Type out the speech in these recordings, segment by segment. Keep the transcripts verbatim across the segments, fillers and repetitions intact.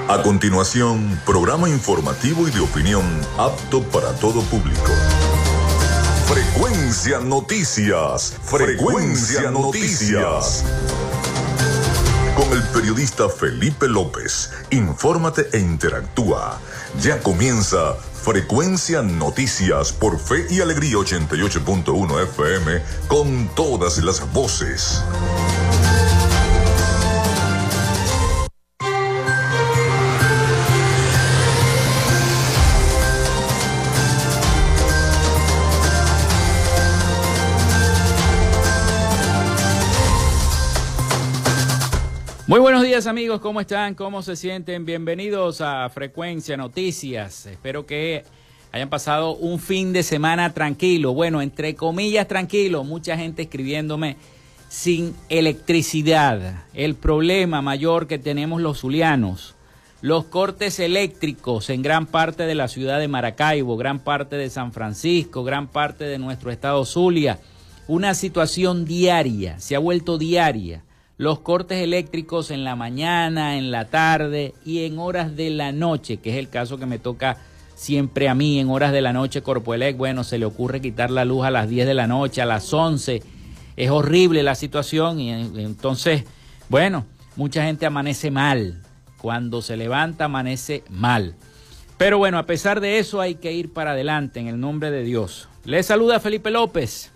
A continuación, programa informativo y de opinión apto para todo público. Frecuencia Noticias. Frecuencia Noticias. Con el periodista Felipe López. Infórmate e interactúa. Ya comienza Frecuencia Noticias por Fe y Alegría ochenta y ocho punto uno F M con todas las voces. Muy buenos días, amigos, ¿cómo están? ¿Cómo se sienten? Bienvenidos a Frecuencia Noticias. Espero que hayan pasado un fin de semana tranquilo. Bueno, entre comillas tranquilo, mucha gente escribiéndome sin electricidad. El problema mayor que tenemos los zulianos, los cortes eléctricos en gran parte de la ciudad de Maracaibo, gran parte de San Francisco, gran parte de nuestro estado Zulia. Una situación diaria, se ha vuelto diaria. Los cortes eléctricos en la mañana, en la tarde y en horas de la noche, que es el caso que me toca siempre a mí, en horas de la noche. Corpoelec, bueno, se le ocurre quitar la luz a las diez de la noche, a las once. Es horrible la situación y entonces, bueno, mucha gente amanece mal. Cuando se levanta amanece mal. Pero bueno, a pesar de eso hay que ir para adelante en el nombre de Dios. Les saluda Felipe López.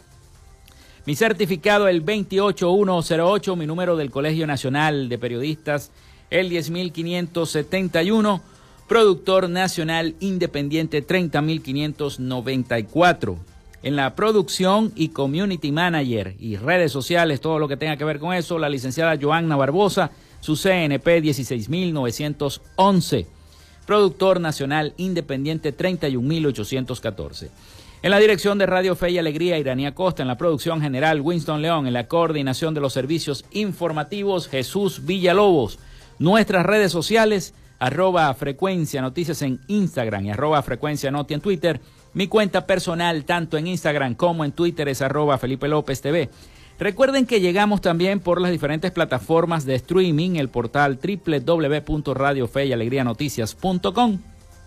Mi certificado el veintiocho mil ciento ocho, mi número del Colegio Nacional de Periodistas el diez mil quinientos setenta y uno, productor nacional independiente treinta mil quinientos noventa y cuatro. En la producción y community manager y redes sociales, todo lo que tenga que ver con eso, la licenciada Joanna Barbosa, su C N P dieciséis mil novecientos once, productor nacional independiente treinta y un mil ochocientos catorce. En la dirección de Radio Fe y Alegría, Iranía Costa. En la producción general, Winston León. En la coordinación de los servicios informativos, Jesús Villalobos. Nuestras redes sociales, arroba Frecuencia Noticias en Instagram y arroba Frecuencia Noti en Twitter. Mi cuenta personal, tanto en Instagram como en Twitter, es arroba Felipe López T V. Recuerden que llegamos también por las diferentes plataformas de streaming, el portal doble u doble u doble u punto radio fe y alegría noticias punto com.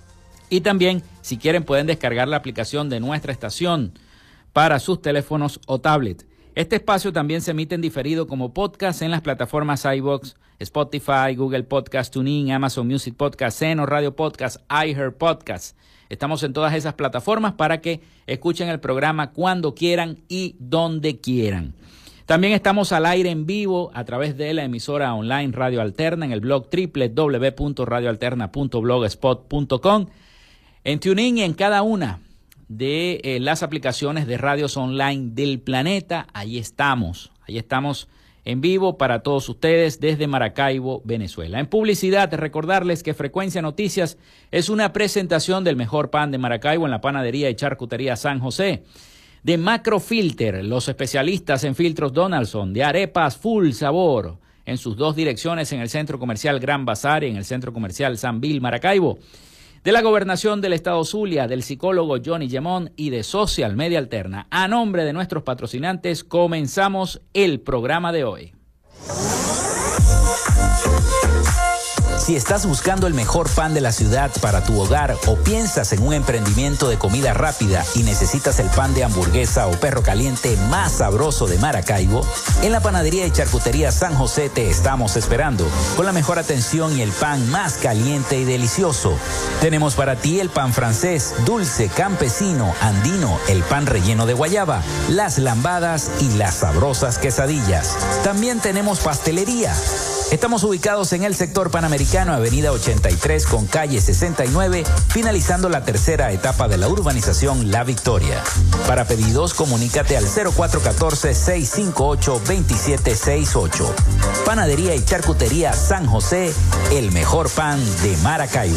Y también, si quieren, pueden descargar la aplicación de nuestra estación para sus teléfonos o tablet. Este espacio también se emite en diferido como podcast en las plataformas iVoox, Spotify, Google Podcast, TuneIn, Amazon Music Podcast, Seno Radio Podcast, iHeart Podcast. Estamos en todas esas plataformas para que escuchen el programa cuando quieran y donde quieran. También estamos al aire en vivo a través de la emisora online Radio Alterna en el blog doble u doble u doble u punto radio alterna punto blogspot punto com. En TuneIn y en cada una de eh, las aplicaciones de radios online del planeta, ahí estamos, ahí estamos en vivo para todos ustedes desde Maracaibo, Venezuela. En publicidad, recordarles que Frecuencia Noticias es una presentación del mejor pan de Maracaibo en la panadería y charcutería San José, de Macrofilter, los especialistas en filtros Donaldson, de arepas Full Sabor, en sus dos direcciones en el Centro Comercial Gran Bazar y en el Centro Comercial San Vil, Maracaibo, de la Gobernación del Estado Zulia, del psicólogo Johnny Gemón y de Social Media Alterna. A nombre de nuestros patrocinantes, comenzamos el programa de hoy. Si estás buscando el mejor pan de la ciudad para tu hogar o piensas en un emprendimiento de comida rápida y necesitas el pan de hamburguesa o perro caliente más sabroso de Maracaibo, en la panadería y charcutería San José te estamos esperando, con la mejor atención y el pan más caliente y delicioso. Tenemos para ti el pan francés, dulce, campesino, andino, el pan relleno de guayaba, las lambadas y las sabrosas quesadillas. También tenemos pastelería. Estamos ubicados en el sector Panamericano, avenida ochenta y tres con calle sesenta y nueve, finalizando la tercera etapa de la urbanización La Victoria. Para pedidos, comunícate al cero cuatro uno cuatro, seis cinco ocho, dos siete seis ocho. Panadería y charcutería San José, el mejor pan de Maracaibo.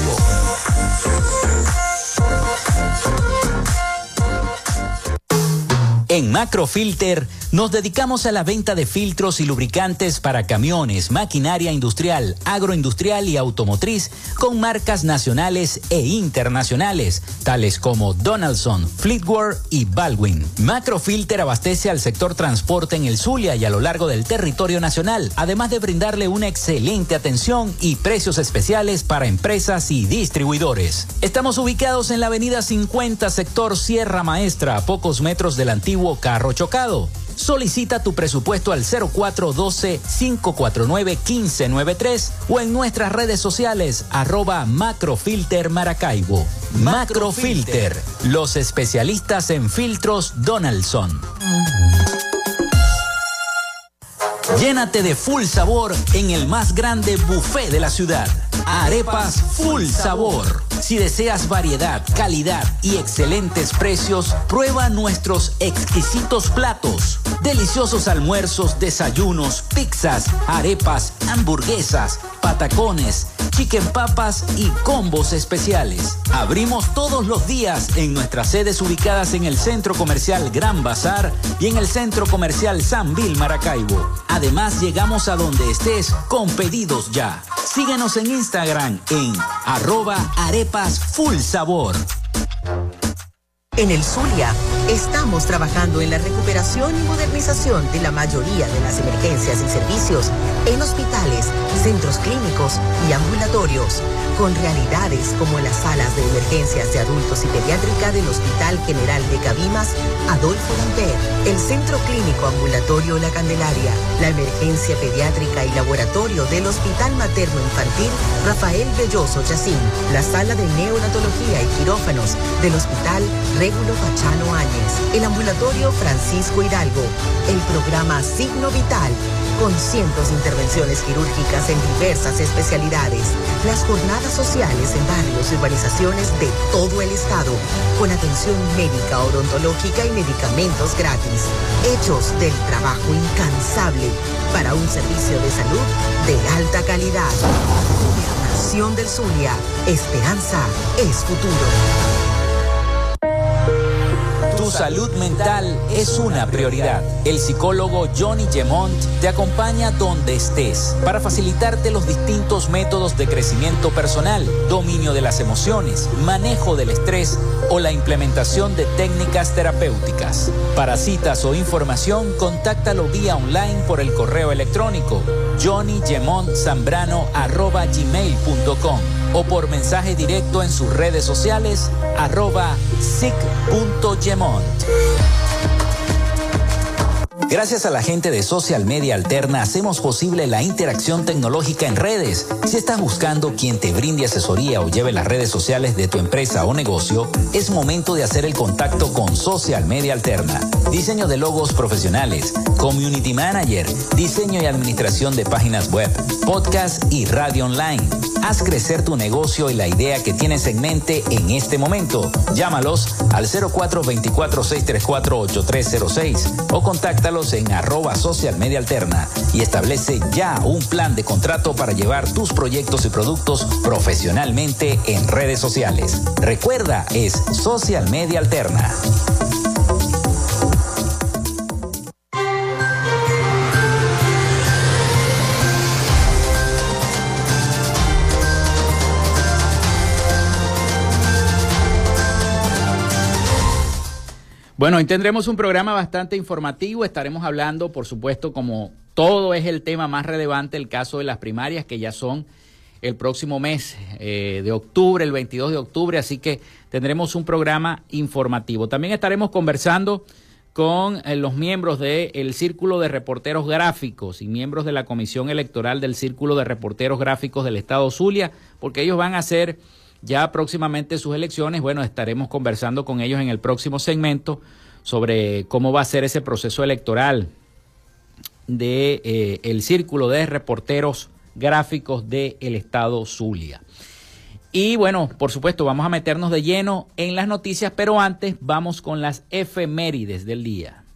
En Macrofilter nos dedicamos a la venta de filtros y lubricantes para camiones, maquinaria industrial, agroindustrial y automotriz con marcas nacionales e internacionales, tales como Donaldson, Fleetwood y Baldwin. Macrofilter abastece al sector transporte en el Zulia y a lo largo del territorio nacional, además de brindarle una excelente atención y precios especiales para empresas y distribuidores. Estamos ubicados en la avenida cincuenta, sector Sierra Maestra, a pocos metros del antiguo carro chocado. Solicita tu presupuesto al cero cuatro uno dos, cinco cuatro nueve, uno cinco nueve tres o en nuestras redes sociales arroba Macrofilter Maracaibo. Macrofilter, los especialistas en filtros Donaldson. Llénate de full sabor en el más grande buffet de la ciudad. Arepas Full Sabor. Si deseas variedad, calidad y excelentes precios, prueba nuestros exquisitos platos. Deliciosos almuerzos, desayunos, pizzas, arepas, hamburguesas, patacones, chicken papas y combos especiales. Abrimos todos los días en nuestras sedes ubicadas en el Centro Comercial Gran Bazar y en el Centro Comercial San Vil Maracaibo. Además, llegamos a donde estés con pedidos ya. Síguenos en Instagram en arroba arepas full sabor. En el Zulia, estamos trabajando en la recuperación y modernización de la mayoría de las emergencias y servicios en hospitales, centros clínicos y ambulatorios, con realidades como las salas de emergencias de adultos y pediátrica del Hospital General de Cabimas, Adolfo Lamper, el Centro Clínico Ambulatorio La Candelaria, la emergencia pediátrica y laboratorio del Hospital Materno Infantil Rafael Belloso Chacín, la sala de neonatología y quirófanos del Hospital Régulo Pachano Áñez, el ambulatorio Francisco Hidalgo, el programa Signo Vital, con cientos de intervenciones quirúrgicas en diversas especialidades, las jornadas sociales en barrios y urbanizaciones de todo el estado, con atención médica, odontológica y medicamentos gratis, hechos del trabajo incansable para un servicio de salud de alta calidad. Gobernación del Zulia, esperanza es futuro. Tu salud mental es una prioridad. El psicólogo Johnny Gemont te acompaña donde estés para facilitarte los distintos métodos de crecimiento personal, dominio de las emociones, manejo del estrés o la implementación de técnicas terapéuticas. Para citas o información, contáctalo vía online por el correo electrónico johnny gemont zambrano arroba gmail punto com o por mensaje directo en sus redes sociales arroba sic punto gemont. Gracias a la gente de Social Media Alterna hacemos posible la interacción tecnológica en redes. Si estás buscando quien te brinde asesoría o lleve las redes sociales de tu empresa o negocio, es momento de hacer el contacto con Social Media Alterna. Diseño de logos profesionales, community manager, diseño y administración de páginas web, podcast y radio online. Haz crecer tu negocio y la idea que tienes en mente en este momento. Llámalos al cero cuatro dos cuatro, seis tres cuatro, ocho tres cero seis o contáctalos en arroba social media alterna y establece ya un plan de contrato para llevar tus proyectos y productos profesionalmente en redes sociales. Recuerda, es Social Media Alterna. Bueno, hoy tendremos un programa bastante informativo. Estaremos hablando, por supuesto, como todo es el tema más relevante, el caso de las primarias, que ya son el próximo mes eh, de octubre, el veintidós de octubre, así que tendremos un programa informativo. También estaremos conversando con eh, los miembros del Círculo de Reporteros Gráficos y miembros de la Comisión Electoral del Círculo de Reporteros Gráficos del Estado Zulia, porque ellos van a hacer ya próximamente sus elecciones. Bueno, estaremos conversando con ellos en el próximo segmento sobre cómo va a ser ese proceso electoral de eh, el Círculo de Reporteros Gráficos del Estado Zulia. Y bueno, por supuesto, vamos a meternos de lleno en las noticias, pero antes vamos con las efemérides del día.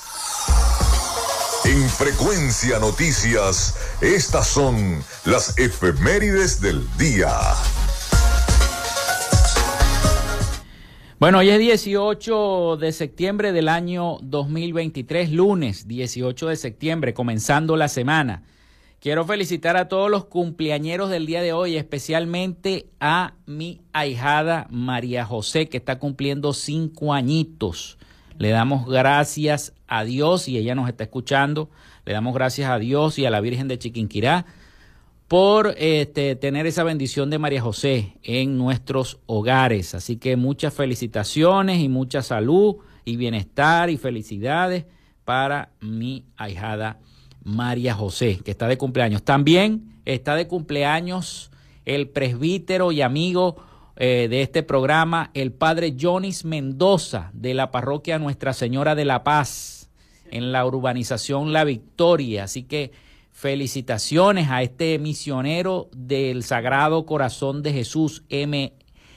En Frecuencia Noticias, estas son las efemérides del día. Bueno, hoy es dieciocho de septiembre del año dos mil veintitrés, lunes dieciocho de septiembre, comenzando la semana. Quiero felicitar a todos los cumpleañeros del día de hoy, especialmente a mi ahijada María José, que está cumpliendo cinco añitos. Le damos gracias a Dios, y ella nos está escuchando, le damos gracias a Dios y a la Virgen de Chiquinquirá por este, tener esa bendición de María José en nuestros hogares. Así que muchas felicitaciones y mucha salud y bienestar y felicidades para mi ahijada María José, que está de cumpleaños. También está de cumpleaños el presbítero y amigo eh, de este programa, el padre Jonis Mendoza, de la parroquia Nuestra Señora de la Paz, en la urbanización La Victoria. Así que felicitaciones a este misionero del Sagrado Corazón de Jesús, M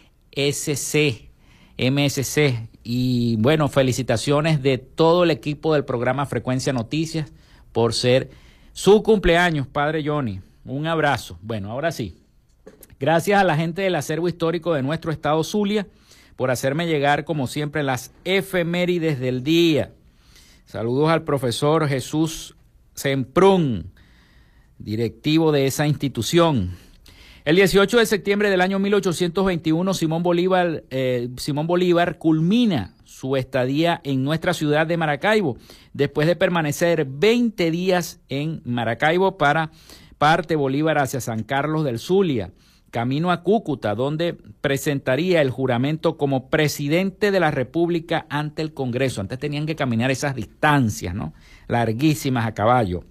S C, M S C. Y bueno, felicitaciones de todo el equipo del programa Frecuencia Noticias por ser su cumpleaños, padre Johnny. Un abrazo. Bueno, ahora sí. Gracias a la gente del acervo histórico de nuestro estado Zulia por hacerme llegar, como siempre, las efemérides del día. Saludos al profesor Jesús Semprún, directivo de esa institución. El dieciocho de septiembre del año mil ochocientos veintiuno, Simón Bolívar, eh, Simón Bolívar culmina su estadía en nuestra ciudad de Maracaibo, después de permanecer veinte días en Maracaibo. Para parte Bolívar hacia San Carlos del Zulia, camino a Cúcuta, donde presentaría el juramento como presidente de la República ante el Congreso. Antes tenían que caminar esas distancias, ¿no?, larguísimas a caballo.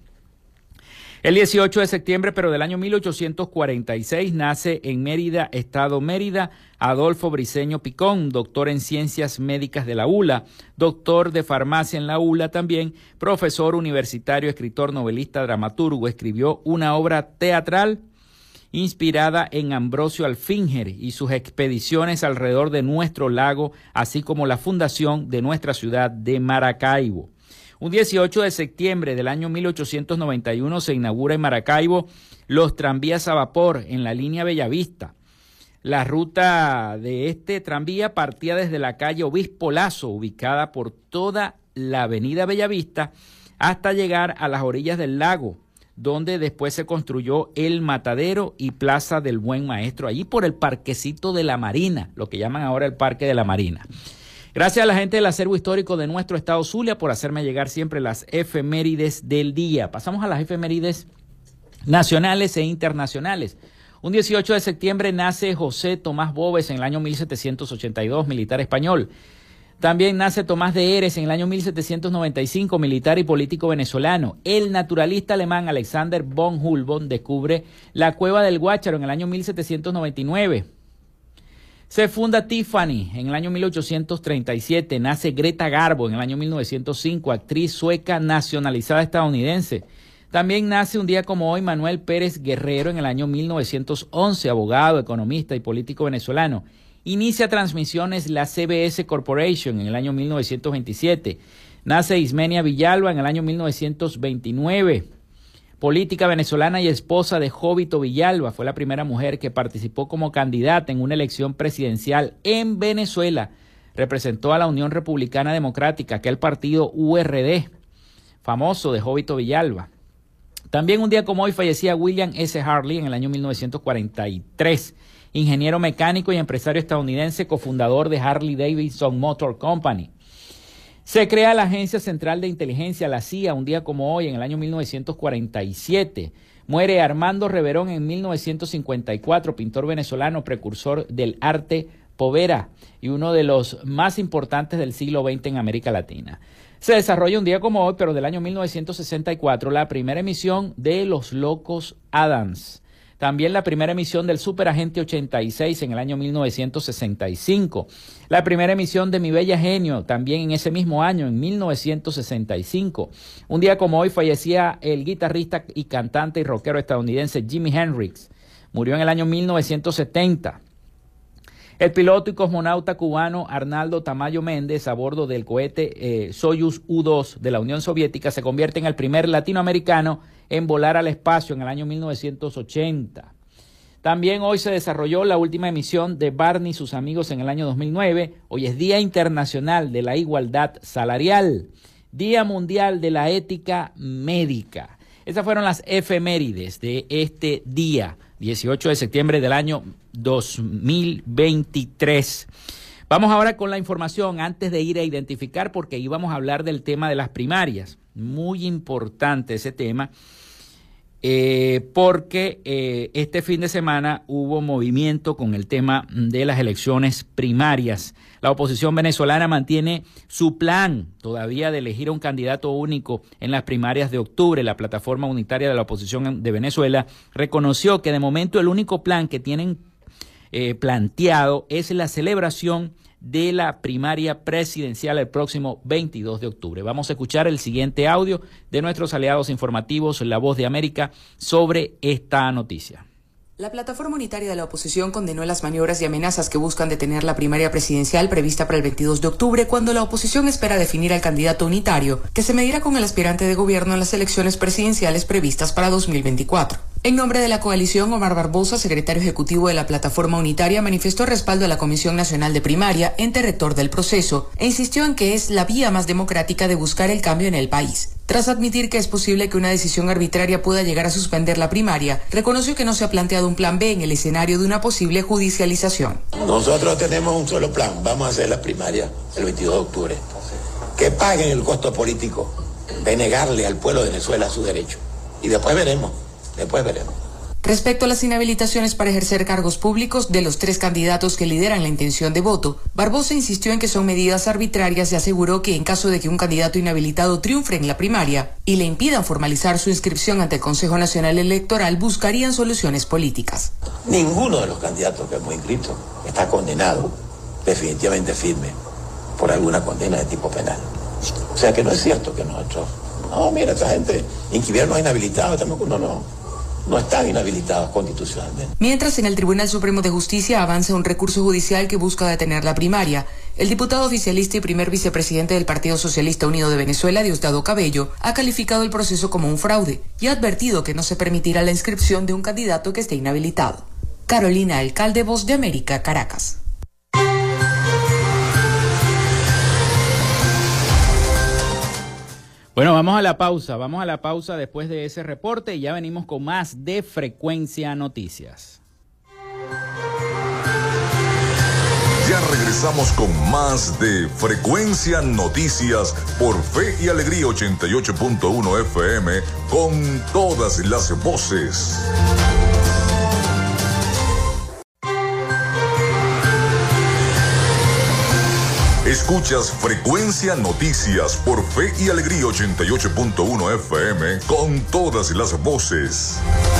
El dieciocho de septiembre, pero del año mil ochocientos cuarenta y seis, nace en Mérida, Estado Mérida, Adolfo Briceño Picón, doctor en Ciencias Médicas de la U L A, doctor de Farmacia en la U L A también, profesor universitario, escritor, novelista, dramaturgo. Escribió una obra teatral inspirada en Ambrosio Alfinger y sus expediciones alrededor de nuestro lago, así como la fundación de nuestra ciudad de Maracaibo. Un dieciocho de septiembre del año mil ochocientos noventa y uno se inaugura en Maracaibo los tranvías a vapor en la línea Bellavista. La ruta de este tranvía partía desde la calle Obispo Lazo, ubicada por toda la avenida Bellavista, hasta llegar a las orillas del lago, donde después se construyó el Matadero y Plaza del Buen Maestro, allí por el parquecito de la Marina, lo que llaman ahora el Parque de la Marina. Gracias a la gente del acervo histórico de nuestro estado Zulia por hacerme llegar siempre las efemérides del día. Pasamos a las efemérides nacionales e internacionales. Un dieciocho de septiembre nace José Tomás Boves en el año mil setecientos ochenta y dos, militar español. También nace Tomás de Heres en el año mil setecientos noventa y cinco, militar y político venezolano. El naturalista alemán Alexander von Humboldt descubre la cueva del Guácharo en el año mil setecientos noventa y nueve. Se funda Tiffany en el año mil ochocientos treinta y siete. Nace Greta Garbo en el año mil novecientos cinco, actriz sueca nacionalizada estadounidense. También nace un día como hoy Manuel Pérez Guerrero en el año mil novecientos once, abogado, economista y político venezolano. Inicia transmisiones la C B S Corporation en el año mil novecientos veintisiete. Nace Ismenia Villalba en el año mil novecientos veintinueve. Política venezolana y esposa de Jovito Villalba, fue la primera mujer que participó como candidata en una elección presidencial en Venezuela. Representó a la Unión Republicana Democrática, aquel partido U R D, famoso de Jovito Villalba. También un día como hoy fallecía William S. Harley en el año mil novecientos cuarenta y tres, ingeniero mecánico y empresario estadounidense, cofundador de Harley Davidson Motor Company. Se crea la Agencia Central de Inteligencia, la C I A, un día como hoy, en el año mil novecientos cuarenta y siete. Muere Armando Reverón en mil novecientos cincuenta y cuatro, pintor venezolano, precursor del arte povera y uno de los más importantes del siglo veinte en América Latina. Se desarrolla un día como hoy, pero del año mil novecientos sesenta y cuatro, la primera emisión de Los Locos Adams. También la primera emisión del Superagente ochenta y seis en el año mil novecientos sesenta y cinco. La primera emisión de Mi Bella Genio, también en ese mismo año, en mil novecientos sesenta y cinco. Un día como hoy fallecía el guitarrista y cantante y rockero estadounidense Jimi Hendrix. Murió en el año mil novecientos setenta. El piloto y cosmonauta cubano Arnaldo Tamayo Méndez, a bordo del cohete eh, Soyuz U dos de la Unión Soviética, se convierte en el primer latinoamericano en volar al espacio en el año mil novecientos ochenta. También hoy se desarrolló la última emisión de Barney y sus amigos en el año dos mil nueve. Hoy es Día Internacional de la Igualdad Salarial, Día Mundial de la Ética Médica. Esas fueron las efemérides de este día, dieciocho de septiembre del año dos mil veintitrés. Vamos ahora con la información antes de ir a identificar, porque íbamos a hablar del tema de las primarias. Muy importante ese tema. Eh, porque eh, este fin de semana hubo movimiento con el tema de las elecciones primarias. La oposición venezolana mantiene su plan todavía de elegir a un candidato único en las primarias de octubre. La plataforma unitaria de la oposición de Venezuela reconoció que de momento el único plan que tienen eh, planteado es la celebración de la primaria presidencial el próximo veintidós de octubre. Vamos a escuchar el siguiente audio de nuestros aliados informativos, La Voz de América, sobre esta noticia. La plataforma unitaria de la oposición condenó las maniobras y amenazas que buscan detener la primaria presidencial prevista para el veintidós de octubre, cuando la oposición espera definir al candidato unitario, que se medirá con el aspirante de gobierno en las elecciones presidenciales previstas para dos mil veinticuatro. En nombre de la coalición, Omar Barbosa, secretario ejecutivo de la plataforma unitaria, manifestó respaldo a la Comisión Nacional de Primaria, ente rector del proceso, e insistió en que es la vía más democrática de buscar el cambio en el país. Tras admitir que es posible que una decisión arbitraria pueda llegar a suspender la primaria, reconoció que no se ha planteado un plan B en el escenario de una posible judicialización. Nosotros tenemos un solo plan, vamos a hacer la primaria el veintidós de octubre. Que paguen el costo político de negarle al pueblo de Venezuela su derecho. Y después veremos. Después veremos. Respecto a las inhabilitaciones para ejercer cargos públicos de los tres candidatos que lideran la intención de voto, Barbosa insistió en que son medidas arbitrarias y aseguró que en caso de que un candidato inhabilitado triunfe en la primaria y le impidan formalizar su inscripción ante el Consejo Nacional Electoral, buscarían soluciones políticas. Ninguno de los candidatos que hemos inscrito está condenado definitivamente firme por alguna condena de tipo penal. O sea que no es cierto que nosotros... No, mira, esta gente inscribieron los inhabilitados, tampoco no, no. No están inhabilitados constitucionalmente. Mientras, en el Tribunal Supremo de Justicia avanza un recurso judicial que busca detener la primaria. El diputado oficialista y primer vicepresidente del Partido Socialista Unido de Venezuela, Diosdado Cabello, ha calificado el proceso como un fraude y ha advertido que no se permitirá la inscripción de un candidato que esté inhabilitado. Carolina Alcalde, Voz de América, Caracas. Bueno, vamos a la pausa, vamos a la pausa después de ese reporte y ya venimos con más de Frecuencia Noticias. Ya regresamos con más de Frecuencia Noticias por Fe y Alegría ochenta y ocho punto uno F M con todas las voces. Escuchas Frecuencia Noticias por Fe y Alegría ochenta y ocho punto uno F M con todas las voces.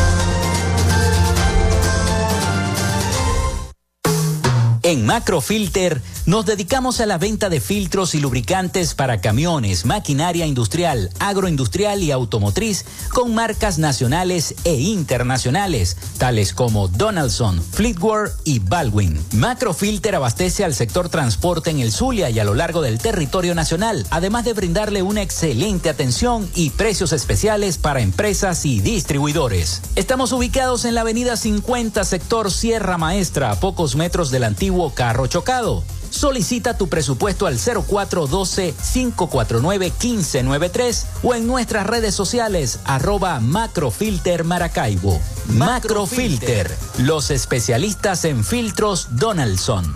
En Macrofilter nos dedicamos a la venta de filtros y lubricantes para camiones, maquinaria industrial, agroindustrial y automotriz con marcas nacionales e internacionales, tales como Donaldson, Fleetwood y Baldwin. Macrofilter abastece al sector transporte en el Zulia y a lo largo del territorio nacional, además de brindarle una excelente atención y precios especiales para empresas y distribuidores. Estamos ubicados en la avenida cincuenta, sector Sierra Maestra, a pocos metros del antiguo Carro Chocado. Solicita tu presupuesto al cero cuatro uno dos, cinco cuatro nueve, uno cinco nueve tres o en nuestras redes sociales arroba Macrofilter Maracaibo. Macrofilter, los especialistas en filtros Donaldson.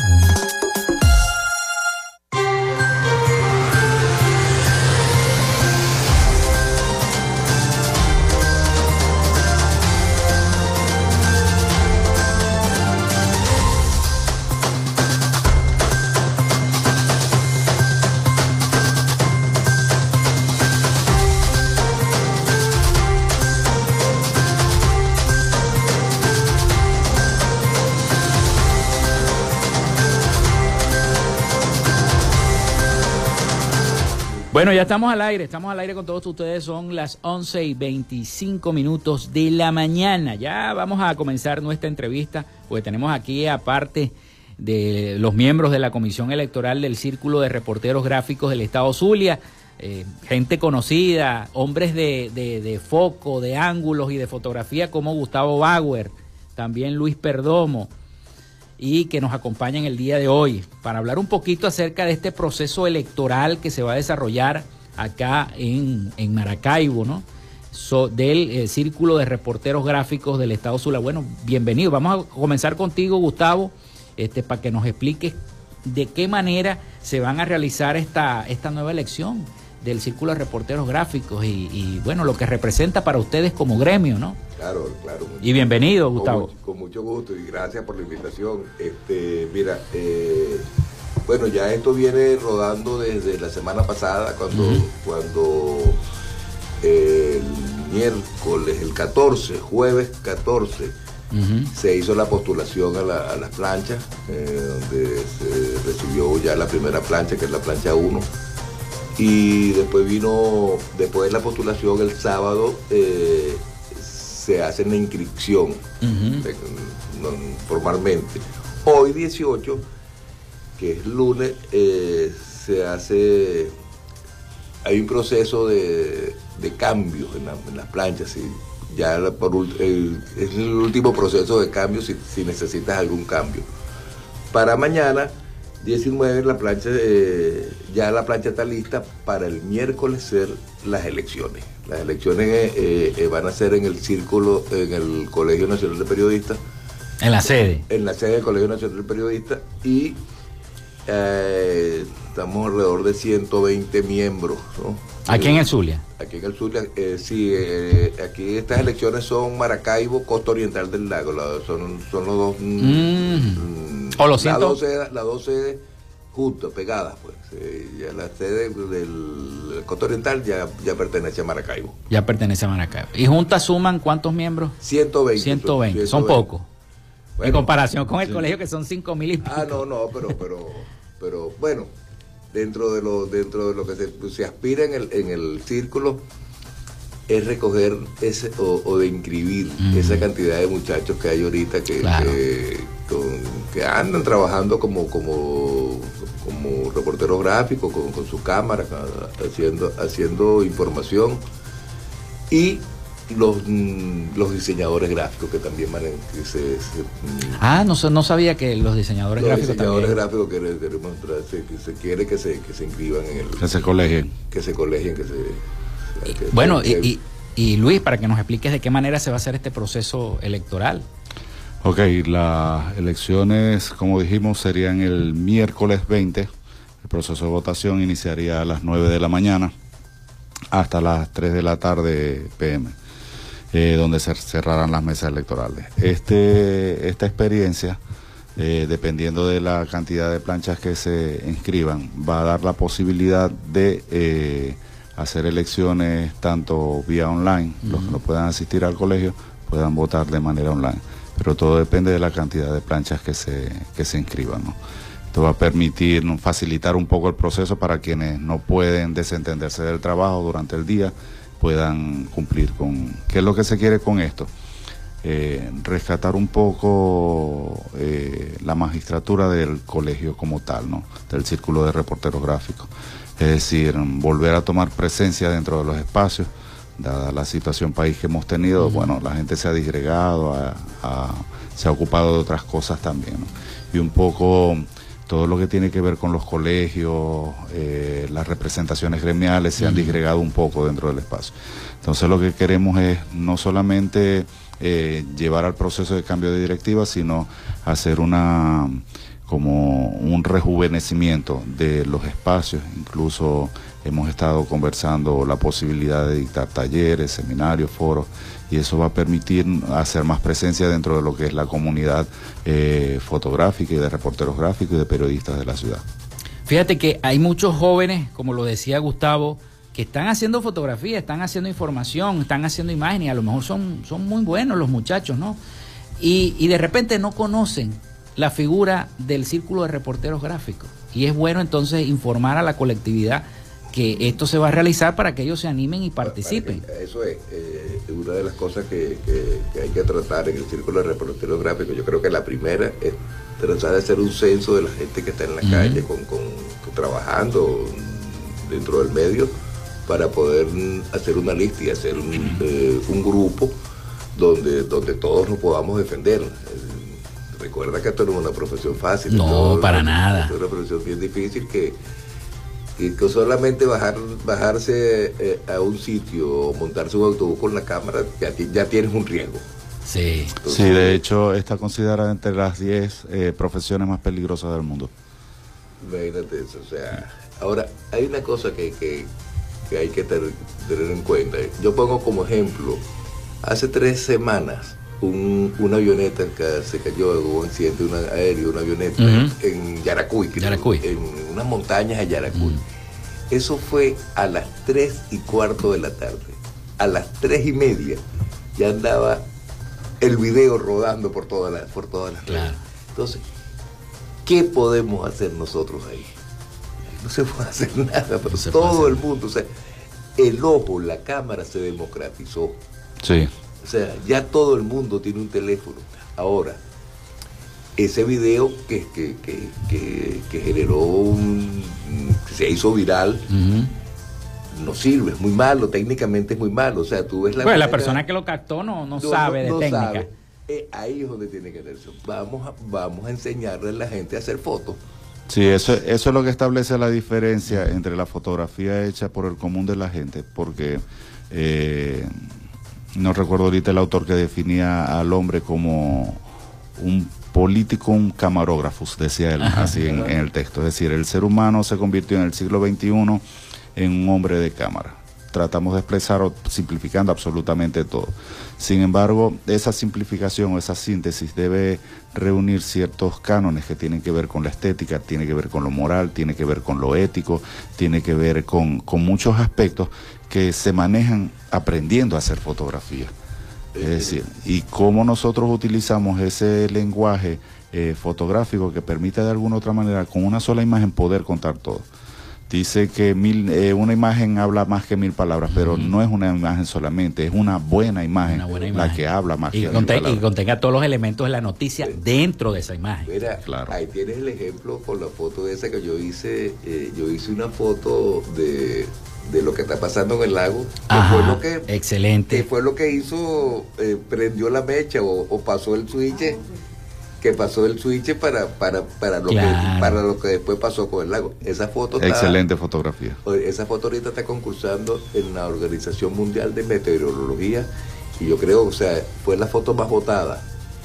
Bueno, ya estamos al aire, estamos al aire con todos ustedes, son las once y veinticinco minutos de la mañana. Ya vamos a comenzar nuestra entrevista, porque tenemos aquí, aparte de los miembros de la Comisión Electoral del Círculo de Reporteros Gráficos del Estado Zulia, eh, gente conocida, hombres de, de, de foco, de ángulos y de fotografía como Gustavo Bauer, también Luis Perdomo, y que nos acompaña en el día de hoy para hablar un poquito acerca de este proceso electoral que se va a desarrollar acá en, en Maracaibo, ¿no? So, del eh, Círculo de Reporteros Gráficos del Estado Zulia. Bueno, bienvenido. Vamos a comenzar contigo, Gustavo, este, para que nos expliques de qué manera se van a realizar esta, esta nueva elección del Círculo de Reporteros Gráficos y, y, bueno, lo que representa para ustedes como gremio, ¿no? Claro, claro. Y bienvenido, Gustavo. Con, con mucho gusto y gracias por la invitación. Este, mira, eh, bueno, ya esto viene rodando desde la semana pasada, cuando, uh-huh. cuando eh, el miércoles, el catorce, jueves catorce, uh-huh. se hizo la postulación a, la, a las planchas, eh, donde se recibió ya la primera plancha, que es la plancha uno, y después vino, después de la postulación el sábado, eh, se hace la inscripción uh-huh. de, no, formalmente. Hoy dieciocho, que es lunes, eh, se hace, hay un proceso de, de cambios en, la, en las planchas, ¿sí? Ya la, por, el, es el último proceso de cambio si, si necesitas algún cambio. Para mañana, diecinueve, la plancha, eh, ya la plancha está lista para el miércoles ser las elecciones. Las elecciones eh, eh, van a ser en el círculo, en el Colegio Nacional de Periodistas. En la sede. En la sede del Colegio Nacional de Periodistas, y eh, estamos alrededor de ciento veinte miembros, ¿no? ¿Aquí en el Zulia? Aquí en el Zulia, eh, sí, eh, aquí estas elecciones son Maracaibo, Costa Oriental del Lago, la, son, son los dos, mm. Mm, o lo siento. Las dos sedes, las dos sedes juntas, pegadas, pues. Eh, ya la sede del Costa Oriental ya, ya pertenece a Maracaibo. Ya pertenece a Maracaibo. ¿Y juntas suman cuántos miembros? ciento veinte. ciento veinte, son, son pocos. Bueno, en comparación con el sí. colegio, que son cinco mil y pico. Ah, no, no, pero, pero, pero bueno, dentro de lo, dentro de lo que se, se aspira en el, en el círculo es recoger ese, o, o de inscribir mm. esa cantidad de muchachos que hay ahorita que, claro. que, con, que andan trabajando como, como, como reporteros gráficos, con, con su cámara, haciendo, haciendo información, y los, los diseñadores gráficos que también van a, que se, se, ah no no sabía que los diseñadores los gráficos diseñadores también. gráficos que queremos se, que se quiere que se que se inscriban en el que se colegien que se colegien que se que, bueno que, y, y, y Luis, para que nos expliques de qué manera se va a hacer este proceso electoral. Ok, las elecciones, como dijimos, serían el miércoles veinte. El proceso de votación iniciaría a las nueve de la mañana hasta las tres de la tarde P M, eh, donde se cerrarán las mesas electorales. Este, esta experiencia, eh, dependiendo de la cantidad de planchas que se inscriban, va a dar la posibilidad de eh, hacer elecciones tanto vía online, uh-huh. los que no puedan asistir al colegio puedan votar de manera online, pero todo depende de la cantidad de planchas que se, que se inscriban, ¿no? Esto va a permitir, ¿no?, facilitar un poco el proceso para quienes no pueden desentenderse del trabajo durante el día, puedan cumplir con... ¿Qué es lo que se quiere con esto? Eh, rescatar un poco eh, la magistratura del colegio como tal, ¿no?, del Círculo de Reporteros Gráficos. Es decir, volver a tomar presencia dentro de los espacios, dada la situación país que hemos tenido. Uh-huh. Bueno, la gente se ha disgregado, a, a, se ha ocupado de otras cosas también, ¿no? Y un poco todo lo que tiene que ver con los colegios, eh, las representaciones gremiales se han disgregado un poco dentro del espacio. Entonces lo que queremos es no solamente eh, llevar al proceso de cambio de directiva, sino hacer una como un rejuvenecimiento de los espacios. Incluso hemos estado conversando la posibilidad de dictar talleres, seminarios, foros, y eso va a permitir hacer más presencia dentro de lo que es la comunidad eh, fotográfica y de reporteros gráficos y de periodistas de la ciudad. Fíjate que hay muchos jóvenes, como lo decía Gustavo, que están haciendo fotografía, están haciendo información, están haciendo imágenes, y a lo mejor son, son muy buenos los muchachos, ¿no? Y, y de repente no conocen la figura del Círculo de Reporteros Gráficos. Y es bueno entonces informar a la colectividad que esto se va a realizar para que ellos se animen y participen. Que, eso es eh, una de las cosas que, que, que hay que tratar en el Círculo de Reporteros Gráficos. Yo creo que la primera es tratar de hacer un censo de la gente que está en la uh-huh. calle con, con, con, trabajando dentro del medio, para poder hacer una lista y hacer un, uh-huh. eh, un grupo donde, donde todos nos podamos defender. Recuerda que esto no es una profesión fácil. No, esto, para esto, nada. Esto es una profesión bien difícil que, que, que solamente bajar, bajarse eh, a un sitio o montarse un autobús con la cámara, ya, ya tienes un riesgo. Sí. Entonces, sí, de hecho está considerada entre las diez eh, profesiones más peligrosas del mundo. Imagínate eso, o sea, ahora hay una cosa que, que, que hay que ter, tener en cuenta. Yo pongo como ejemplo, hace tres semanas un, una avioneta que se cayó, hubo un accidente un aéreo, una avioneta uh-huh. en Yaracuy, creo, Yaracuy, en unas montañas de Yaracuy. Uh-huh. Eso fue a las tres y cuarto de la tarde. A las tres y media ya andaba el video rodando por todas las por todas las claro. redes. Entonces, ¿qué podemos hacer nosotros ahí? No se puede hacer nada, pero no todo el mundo, o sea, el ojo, la cámara se democratizó. Sí. O sea, ya todo el mundo tiene un teléfono. Ahora, ese video que, que, que, que, que generó un, que se hizo viral, uh-huh. no sirve, es muy malo, técnicamente es muy malo. O sea, tú ves la Pues la persona que lo captó no, no, no sabe de no técnica. Sabe. Eh, ahí es donde tiene que hacerse. Vamos a, vamos a enseñarle a la gente a hacer fotos. Sí, eso, eso es lo que establece la diferencia entre la fotografía hecha por el común de la gente, porque eh, no recuerdo ahorita el autor que definía al hombre como un político, un camarógrafo, decía él, ajá, así en, en el texto. Es decir, el ser humano se convirtió en el siglo veintiuno en un hombre de cámara. Tratamos de expresar simplificando absolutamente todo. Sin embargo, esa simplificación o esa síntesis debe reunir ciertos cánones que tienen que ver con la estética, tiene que ver con lo moral, tiene que ver con lo ético, tiene que ver con, con muchos aspectos que se manejan aprendiendo a hacer fotografía. Es decir, y cómo nosotros utilizamos ese lenguaje eh, fotográfico que permite de alguna u otra manera con una sola imagen poder contar todo. Dice que mil, eh, una imagen habla más que mil palabras, pero uh-huh. no es una imagen solamente, es una buena imagen, una buena imagen. La que habla más y que conte- mil palabras. Y contenga todos los elementos de la noticia sí. dentro de esa imagen. Mira, claro. Ahí tienes el ejemplo con la foto esa que yo hice, eh, yo hice una foto de, de lo que está pasando en el lago, que Ajá, fue lo que, excelente. Que fue lo que hizo, eh, prendió la mecha o, o pasó el switch. Que pasó el switch para para para lo claro. que para lo que después pasó con el lago. Esa foto está, excelente fotografía. Esa foto ahorita está concursando en la Organización Mundial de Meteorología y yo creo, o sea, fue la foto más votada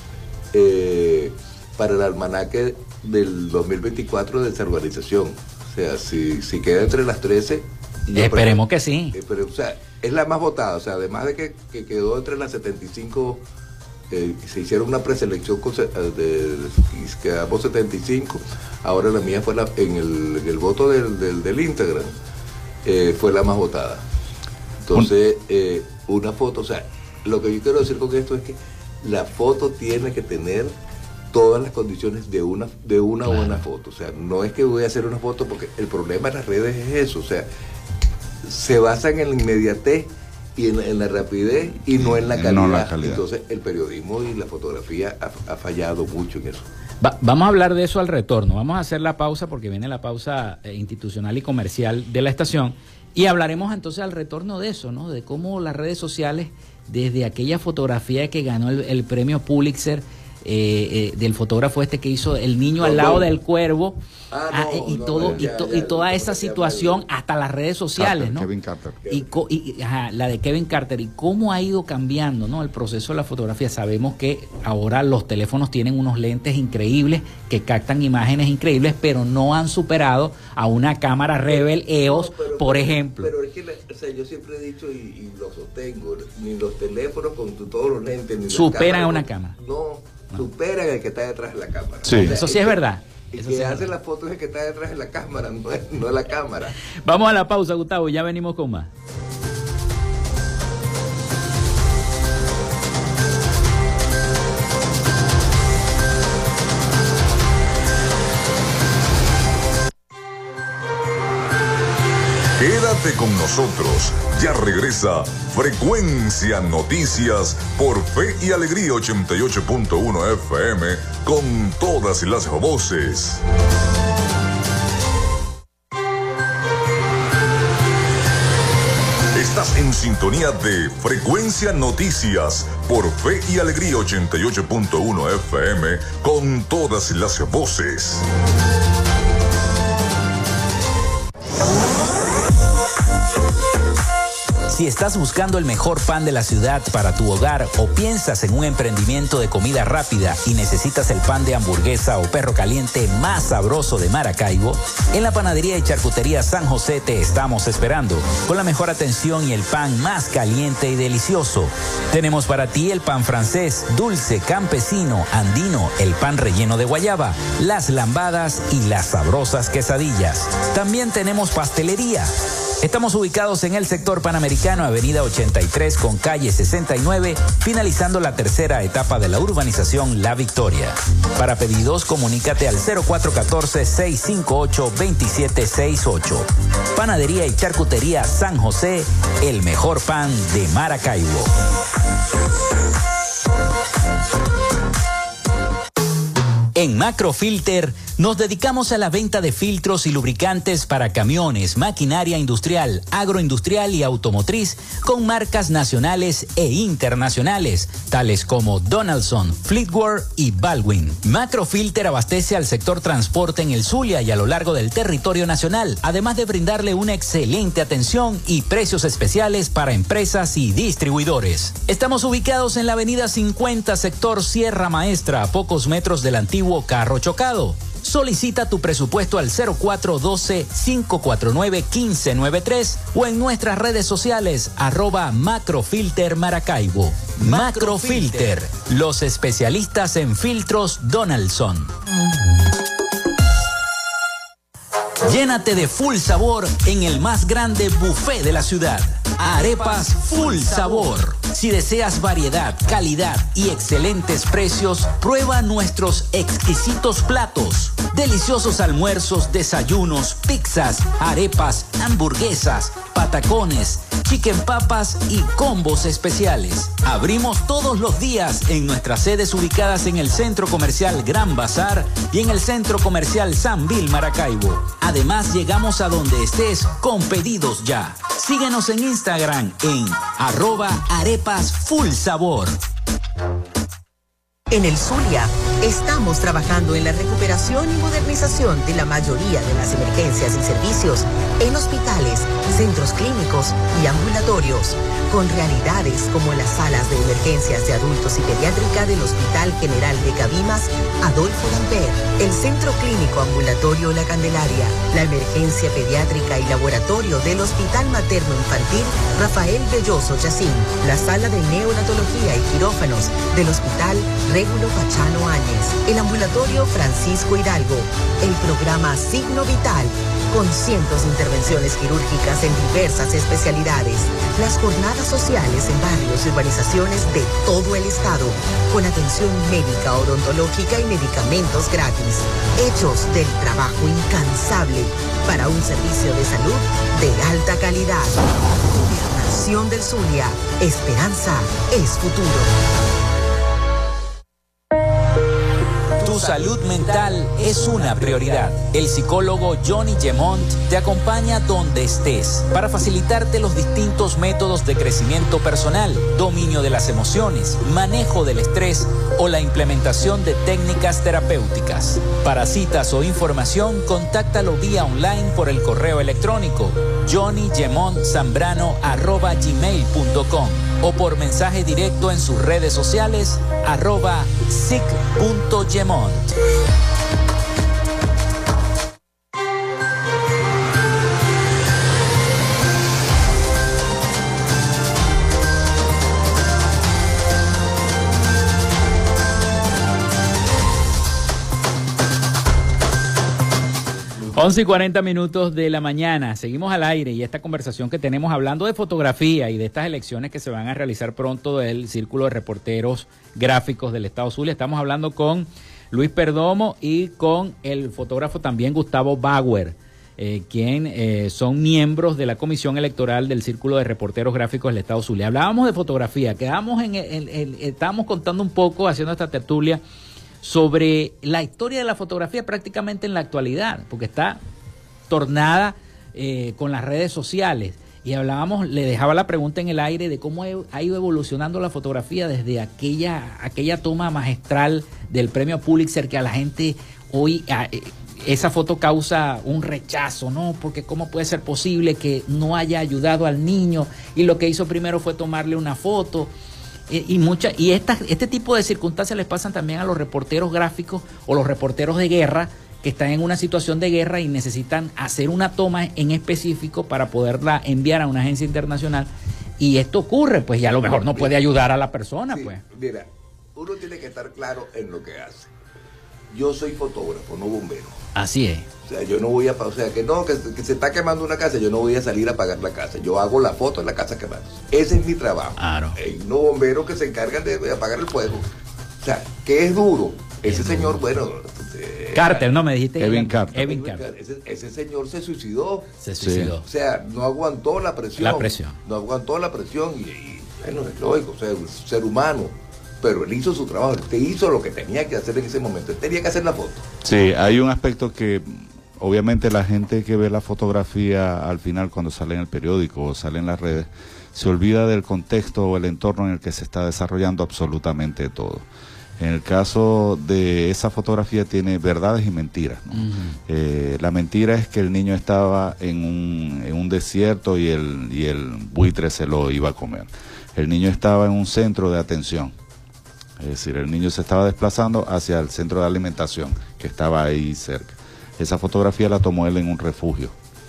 eh, para el almanaque del dos mil veinticuatro de esa organización. O sea, si, si queda entre las trece, esperemos que sí. Eh, pero, o sea, es la más votada, o sea, además de que, que quedó entre las setenta y cinco. Eh, se hicieron una preselección con, de, de, y quedamos setenta y cinco. Ahora la mía fue la, en, el, en el voto del, del, del Instagram, eh, fue la más votada. Entonces, eh, una foto, o sea, lo que yo quiero decir con esto es que la foto tiene que tener todas las condiciones de una, de una claro. buena foto. O sea, no es que voy a hacer una foto, porque el problema de las redes es eso, o sea, se basan en la inmediatez y en, en la rapidez y no en la calidad. No la calidad. Entonces el periodismo y la fotografía ha, ha fallado mucho en eso. Va, vamos a hablar de eso al retorno. Vamos a hacer la pausa porque viene la pausa eh, institucional y comercial de la estación y hablaremos entonces al retorno de eso, ¿no? De cómo las redes sociales, desde aquella fotografía que ganó el, el premio Pulitzer, eh, eh, del fotógrafo este que hizo El niño no, al lado no. del cuervo, ah, no, ah, y, no, todo, ya, y, to, ya, y toda esa situación hasta las redes sociales, Carter, ¿no? Kevin Carter. Y, y ajá, la de Kevin Carter y cómo ha ido cambiando, ¿no? El proceso de la fotografía. Sabemos que ahora los teléfonos tienen unos lentes increíbles que captan imágenes increíbles, pero no han superado a una cámara Rebel E O S, no, pero, por ejemplo. Pero es que la, o sea, yo siempre he dicho y, y lo sostengo, ni los teléfonos con tu, todos los lentes ni superan a una no, cámara. No. No. Superan el que está detrás de la cámara. Sí. O sea, eso sí es verdad. El eso que sí hace las fotos es el que está detrás de la cámara, no es, no es la cámara. Vamos a la pausa, Gustavo, ya venimos con más. Quédate con nosotros, ya regresa Frecuencia Noticias por Fe y Alegría ochenta y ocho punto uno F M con todas las voces. Estás Estás en sintonía de Frecuencia Noticias por Fe y Alegría ochenta y ocho punto uno F M con todas las voces. Si estás buscando el mejor pan de la ciudad para tu hogar o piensas en un emprendimiento de comida rápida y necesitas el pan de hamburguesa o perro caliente más sabroso de Maracaibo, en la Panadería y Charcutería San José te estamos esperando, con la mejor atención y el pan más caliente y delicioso. Tenemos para ti el pan francés, dulce, campesino, andino, el pan relleno de guayaba, las lambadas y las sabrosas quesadillas. También tenemos pastelería. Estamos ubicados en el sector Panamericano, avenida ochenta y tres con calle sesenta y nueve, finalizando la tercera etapa de la urbanización La Victoria. Para pedidos, comunícate al cero cuatro uno cuatro, seis cinco ocho, dos siete seis ocho. Panadería y Charcutería San José, el mejor pan de Maracaibo. En Macrofilter nos dedicamos a la venta de filtros y lubricantes para camiones, maquinaria industrial, agroindustrial y automotriz con marcas nacionales e internacionales, tales como Donaldson, Fleetwood y Baldwin. Macrofilter abastece al sector transporte en el Zulia y a lo largo del territorio nacional, además de brindarle una excelente atención y precios especiales para empresas y distribuidores. Estamos ubicados en la avenida cincuenta, sector Sierra Maestra, a pocos metros del antiguo Carro Chocado. Solicita tu presupuesto al cero cuatro uno dos, cinco cuatro nueve, uno cinco nueve tres o en nuestras redes sociales arroba Macrofilter Maracaibo. Macrofilter, los especialistas en filtros Donaldson. Llénate de full sabor en el más grande buffet de la ciudad. Arepas Full Sabor. Si deseas variedad, calidad y excelentes precios, prueba nuestros exquisitos platos. Deliciosos almuerzos, desayunos, pizzas, arepas, hamburguesas, patacones, chicken papas y combos especiales. Abrimos todos los días en nuestras sedes ubicadas en el Centro Comercial Gran Bazar y en el Centro Comercial San Vil Maracaibo. Además, llegamos a donde estés con pedidos ya. Síguenos en Instagram en arroba arepas full sabor. En el Zulia, estamos trabajando en la recuperación y modernización de la mayoría de las emergencias y servicios en hospitales, centros clínicos y ambulatorios, con realidades como las salas de emergencias de adultos y pediátrica del Hospital General de Cabimas, Adolfo Lamper, el Centro Clínico Ambulatorio La Candelaria, la emergencia pediátrica y laboratorio del Hospital Materno Infantil Rafael Belloso Yacín, la sala de neonatología y quirófanos del Hospital Régulo Pachano Áñez, el ambulatorio Francisco Hidalgo, el programa Signo Vital, con cientos de intervenciones quirúrgicas en diversas especialidades, las jornadas sociales en barrios y urbanizaciones de todo el estado, con atención médica, odontológica y medicamentos gratis, hechos del trabajo incansable para un servicio de salud de alta calidad. Gobernación del Zulia, esperanza es futuro. Tu salud mental es una prioridad. El psicólogo Johnny Gemont te acompaña donde estés para facilitarte los distintos métodos de crecimiento personal, dominio de las emociones, manejo del estrés o la implementación de técnicas terapéuticas. Para citas o información, contáctalo vía online por el correo electrónico johnny gemont zambrano arroba gmail punto com o por mensaje directo en sus redes sociales arroba sic punto gemont. once y cuarenta minutos de la mañana, seguimos al aire y esta conversación que tenemos hablando de fotografía y de estas elecciones que se van a realizar pronto del Círculo de Reporteros Gráficos del Estado Zulia. Estamos hablando con Luis Perdomo y con el fotógrafo también Gustavo Bauer, eh, quien eh, son miembros de la Comisión Electoral del Círculo de Reporteros Gráficos del Estado Zulia. Hablábamos de fotografía, quedamos en, en, en, estábamos contando un poco, haciendo esta tertulia, sobre la historia de la fotografía prácticamente en la actualidad, porque está tornada eh, con las redes sociales. Y hablábamos, le dejaba la pregunta en el aire de cómo ha ido evolucionando la fotografía desde aquella, aquella toma magistral del premio Pulitzer, que a la gente hoy, a, esa foto causa un rechazo, ¿no? Porque cómo puede ser posible que no haya ayudado al niño y lo que hizo primero fue tomarle una foto. Y, y, mucha, y esta, este tipo de circunstancias les pasan también a los reporteros gráficos o los reporteros de guerra, que están en una situación de guerra y necesitan hacer una toma en específico para poderla enviar a una agencia internacional, y esto ocurre, pues ya a lo mejor no puede ayudar a la persona. Sí, pues mira, uno tiene que estar claro en lo que hace. Yo soy fotógrafo, no bombero. Así es. O sea, yo no voy a, o sea, que no, que, que se está quemando una casa, yo no voy a salir a apagar la casa. Yo hago la foto en la casa quemando. Ese es mi trabajo. Claro. Hay unos bomberos que se encargan de, de apagar el fuego. O sea, que es duro. Ese señor, bueno... Eh, Carter, ¿no? Me dijiste. Kevin Carter. Kevin Carter. Ese, ese señor se suicidó. Se suicidó. O sea, no aguantó la presión. La presión. No aguantó la presión y, y bueno, es lógico, o sea, un ser humano. Pero él hizo su trabajo, él hizo lo que tenía que hacer en ese momento. Él tenía que hacer la foto. Sí, hay un aspecto que obviamente la gente que ve la fotografía al final cuando sale en el periódico o sale en las redes, se olvida del contexto o el entorno en el que se está desarrollando absolutamente todo. En el caso de esa fotografía tiene verdades y mentiras, ¿no? Uh-huh. eh, la mentira es que el niño estaba en un, en un desierto y el, y el buitre se lo iba a comer. El niño estaba en un centro de atención. Es decir, el niño se estaba desplazando hacia el centro de alimentación que estaba ahí cerca. Esa fotografía la tomó él en un refugio.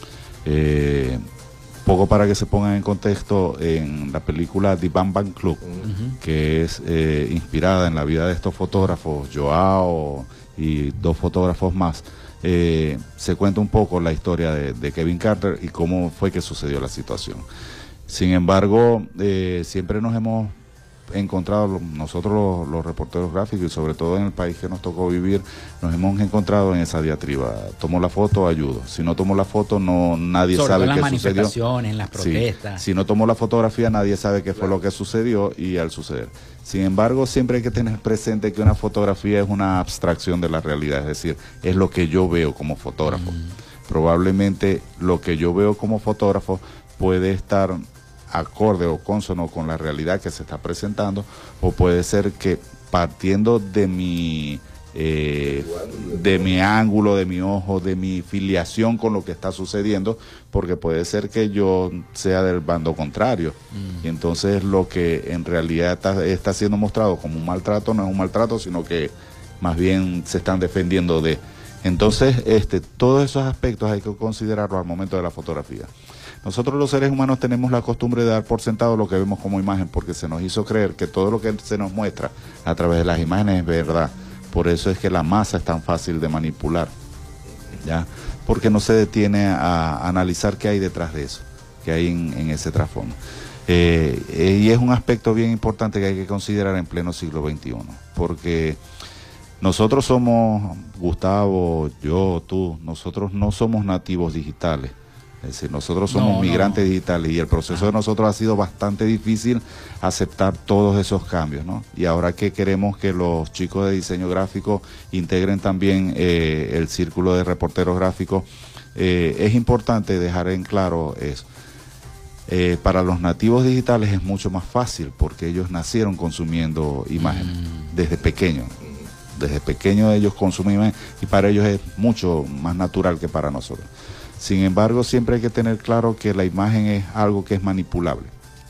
Eh, poco para que se pongan en contexto, en la película The Bang Bang Club, uh-huh. que es eh, inspirada en la vida de estos fotógrafos, Joao y dos fotógrafos más, eh, se cuenta un poco la historia de, de Kevin Carter y cómo fue que sucedió la situación. Sin embargo, eh, siempre nos hemos encontrado, nosotros los, los reporteros gráficos y sobre todo en el país que nos tocó vivir, nos hemos encontrado en esa diatriba. Tomo la foto, ayudo. Si no tomo la foto, no nadie sobre sabe qué sucedió. En las manifestaciones, en las protestas. Sí. Si no tomo la fotografía, nadie sabe qué fue lo que sucedió y al suceder. Sin embargo, siempre hay que tener presente que una fotografía es una abstracción de la realidad, es decir, es lo que yo veo como fotógrafo. Mm. Probablemente lo que yo veo como fotógrafo puede estar acorde o cónsono con la realidad que se está presentando, o puede ser que partiendo de mi eh, de mi ángulo, de mi ojo, de mi filiación con lo que está sucediendo, porque puede ser que yo sea del bando contrario, mm. y entonces lo que en realidad está, está siendo mostrado como un maltrato no es un maltrato, sino que más bien se están defendiendo de. Entonces, este, todos esos aspectos hay que considerarlos al momento de la fotografía. Nosotros los seres humanos tenemos la costumbre de dar por sentado lo que vemos como imagen, porque se nos hizo creer que todo lo que se nos muestra a través de las imágenes es verdad. Por eso es que la masa es tan fácil de manipular, ¿ya? Porque no se detiene a analizar qué hay detrás de eso, qué hay en, en ese trasfondo. Eh, eh, y es un aspecto bien importante que hay que considerar en pleno siglo veintiuno, porque nosotros somos, Gustavo, yo, tú, nosotros no somos nativos digitales. Es decir, nosotros somos no, migrantes no. digitales y el proceso ah. de nosotros ha sido bastante difícil aceptar todos esos cambios, ¿no? Y ahora que queremos que los chicos de diseño gráfico integren también eh, el círculo de reporteros gráficos, eh, es importante dejar en claro eso. Eh, para los nativos digitales es mucho más fácil porque ellos nacieron consumiendo imágenes mm. desde pequeños. Desde pequeños ellos consumen imágenes y para ellos es mucho más natural que para nosotros. Sin embargo, siempre hay que tener claro que la imagen es algo que es manipulable,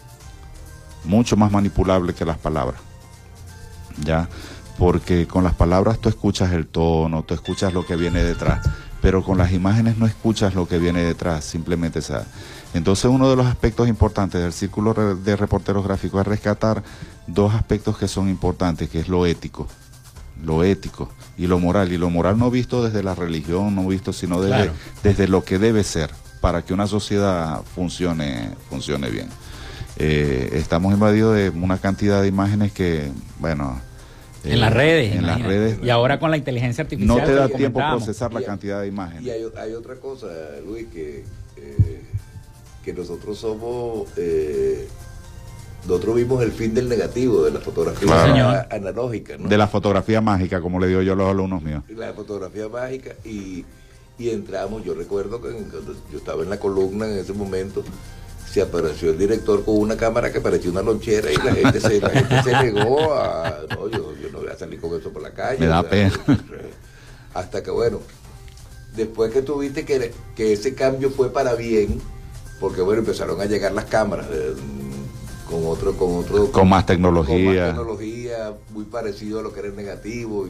mucho más manipulable que las palabras, ¿ya? Porque con las palabras tú escuchas el tono, tú escuchas lo que viene detrás, pero con las imágenes no escuchas lo que viene detrás, simplemente se da. Entonces, uno de los aspectos importantes del círculo de reporteros gráficos es rescatar dos aspectos que son importantes, que es lo ético, lo ético y lo moral, y lo moral no visto desde la religión, no visto sino desde, claro. desde lo que debe ser para que una sociedad funcione, funcione bien. Eh, estamos invadidos de una cantidad de imágenes que, bueno... En eh, las redes, en las redes. Y ahora con la inteligencia artificial. No te da tiempo a procesar la cantidad de imágenes. Y hay, hay otra cosa, Luis, que, eh, que nosotros somos... Eh, Nosotros vimos el fin del negativo de la fotografía claro. analógica, ¿no? De la fotografía mágica, como le digo yo a los alumnos míos. La fotografía mágica y, y entramos, yo recuerdo que cuando yo estaba en la columna en ese momento, se apareció el director con una cámara que parecía una lonchera y la gente se, la gente se negó a, no, yo, yo no voy a salir con eso por la calle. Me da o sea, pena. Hasta que bueno, después que tuviste que, que ese cambio fue para bien, porque bueno, empezaron a llegar las cámaras eh, con otro, con otro, con, con más tecnología. Con más tecnología, muy parecido a lo que era el negativo.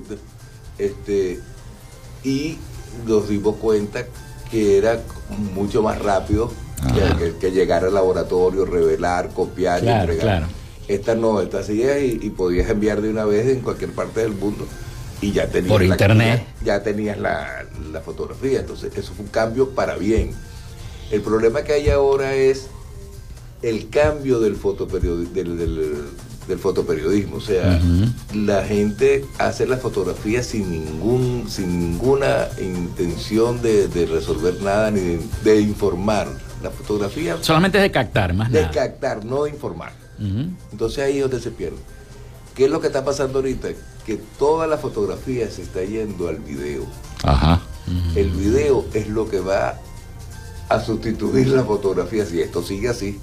Este, y nos dimos cuenta que era mucho más rápido que, que, que llegar al laboratorio, revelar, copiar claro, y entregar. Claro. Esta no, esta hacías y, y podías enviar de una vez en cualquier parte del mundo y ya tenías por la, internet ya, ya tenías la, la fotografía. Entonces eso fue un cambio para bien. El problema que hay ahora es el cambio del fotoperiodi del, del, del fotoperiodismo. O sea, uh-huh. la gente hace la fotografía sin ningún sin ninguna intención de, de resolver nada ni de, de informar. La fotografía solamente es de captar, más de nada. De captar, no de informar. Uh-huh. Entonces ahí es donde se pierde. ¿Qué es lo que está pasando ahorita? Que toda la fotografía se está yendo al video. Ajá. Uh-huh. El video es lo que va a sustituir la fotografía si esto sigue así.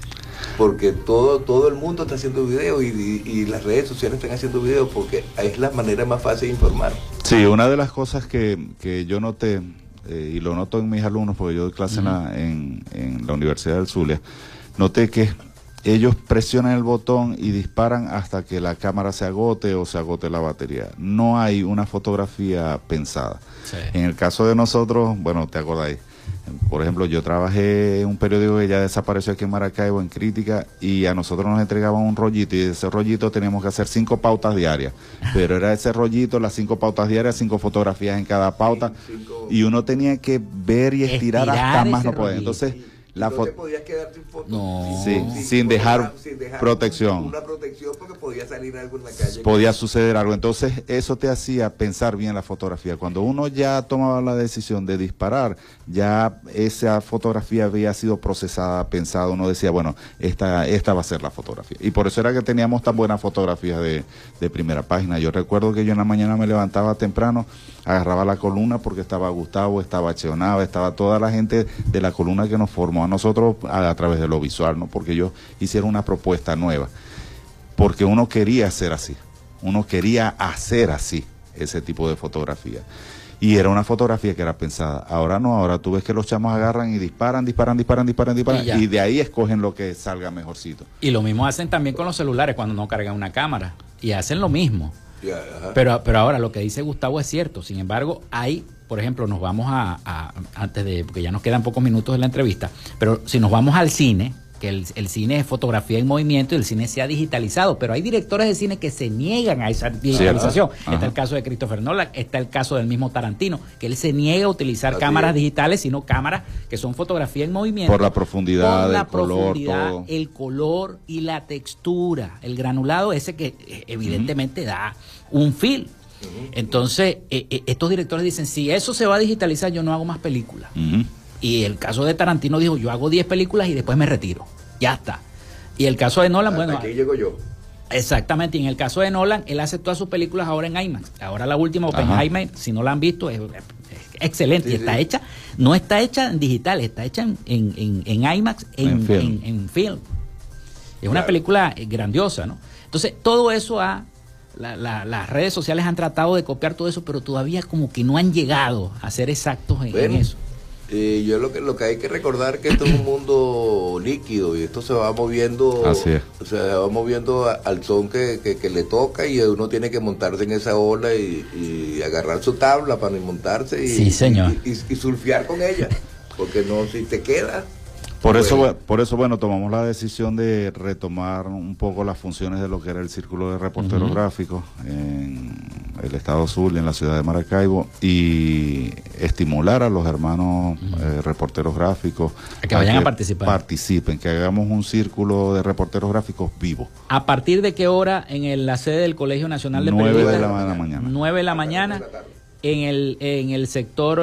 Porque todo todo el mundo está haciendo video y, y, y las redes sociales están haciendo video porque es la manera más fácil de informar. Sí, una de las cosas que, que yo noté, eh, y lo noto en mis alumnos, porque yo doy clase uh-huh. en, la, en, en la Universidad del Zulia, noté que ellos presionan el botón y disparan hasta que la cámara se agote o se agote la batería. No hay una fotografía pensada. Sí. En el caso de nosotros, bueno, te acordáis, por ejemplo, yo trabajé en un periódico que ya desapareció aquí en Maracaibo, en Crítica, y a nosotros nos entregaban un rollito, y de ese rollito teníamos que hacer cinco pautas diarias. Pero era ese rollito, las cinco pautas diarias, cinco fotografías en cada pauta, cinco, y uno tenía que ver y estirar, estirar hasta más no poder. Entonces, la no te podías quedar sin foto. No. Sí, sin, sin, dejar sin dejar protección. Una protección porque podía salir algo en la calle. Podía suceder algo. Entonces, eso te hacía pensar bien la fotografía. Cuando uno ya tomaba la decisión de disparar, ya esa fotografía había sido procesada, pensada. Uno decía, bueno, esta, esta va a ser la fotografía. Y por eso era que teníamos tan buenas fotografías de, de primera página. Yo recuerdo que yo en la mañana me levantaba temprano, agarraba la columna porque estaba Gustavo, estaba Cheonava, estaba toda la gente de la columna que nos formó a nosotros a, a través de lo visual, ¿no? Porque ellos hicieron una propuesta nueva, porque uno quería hacer así, uno quería hacer así ese tipo de fotografía, y era una fotografía que era pensada. Ahora no, ahora tú ves que los chamos agarran y disparan, disparan, disparan, disparan, disparan, y, y de ahí escogen lo que salga mejorcito. Y lo mismo hacen también con los celulares cuando no cargan una cámara, y hacen lo mismo. Yeah, pero, pero ahora lo que dice Gustavo es cierto. Sin embargo, hay, por ejemplo, nos vamos a, a antes de, porque ya nos quedan pocos minutos de la entrevista, pero si nos vamos al cine, que el, el cine es fotografía en movimiento y el cine se ha digitalizado, pero hay directores de cine que se niegan a esa digitalización. Sí, está el caso de Christopher Nolan, está el caso del mismo Tarantino, que él se niega a utilizar Así cámaras es. digitales, sino cámaras que son fotografía en movimiento. Por la profundidad, por la el profundidad, color, todo. el color y la textura, el granulado ese que evidentemente uh-huh. da un feel. Uh-huh. Entonces, eh, eh, estos directores dicen, si eso se va a digitalizar, yo no hago más películas. Uh-huh. Y el caso de Tarantino dijo, yo hago diez películas y después me retiro. Ya está. Y el caso de Nolan, Hasta bueno... aquí llego yo. Exactamente. Y en el caso de Nolan, él hace todas sus películas ahora en IMAX. Ahora la última, Oppenheimer, si no la han visto, es, es excelente. Sí, y está sí. hecha, no está hecha en digital, está hecha en, en, en, en IMAX, en, en, film. en, en film. Es claro. una película grandiosa, ¿no? Entonces, todo eso ha... La, la, las redes sociales han tratado de copiar todo eso, pero todavía como que no han llegado a ser exactos en, bueno, en eso. Eh, yo lo que lo que hay que recordar que esto es un mundo líquido y esto se va moviendo, Así es. o sea, se va moviendo a, al son que, que, que le toca y uno tiene que montarse en esa ola y, y agarrar su tabla para montarse y, sí, señor. y, y, y surfear con ella, porque no, si te queda. Por eso, bueno. por eso, bueno, tomamos la decisión de retomar un poco las funciones de lo que era el Círculo de Reporteros uh-huh. Gráficos en el Estado Zulia, en la ciudad de Maracaibo, y estimular a los hermanos uh-huh. eh, reporteros gráficos a que vayan a, que a participar. Participen, que hagamos un círculo de reporteros gráficos vivo. ¿A partir de qué hora en el, la sede del Colegio Nacional de Periodistas? nueve de la mañana. nueve de la mañana. En el en el sector,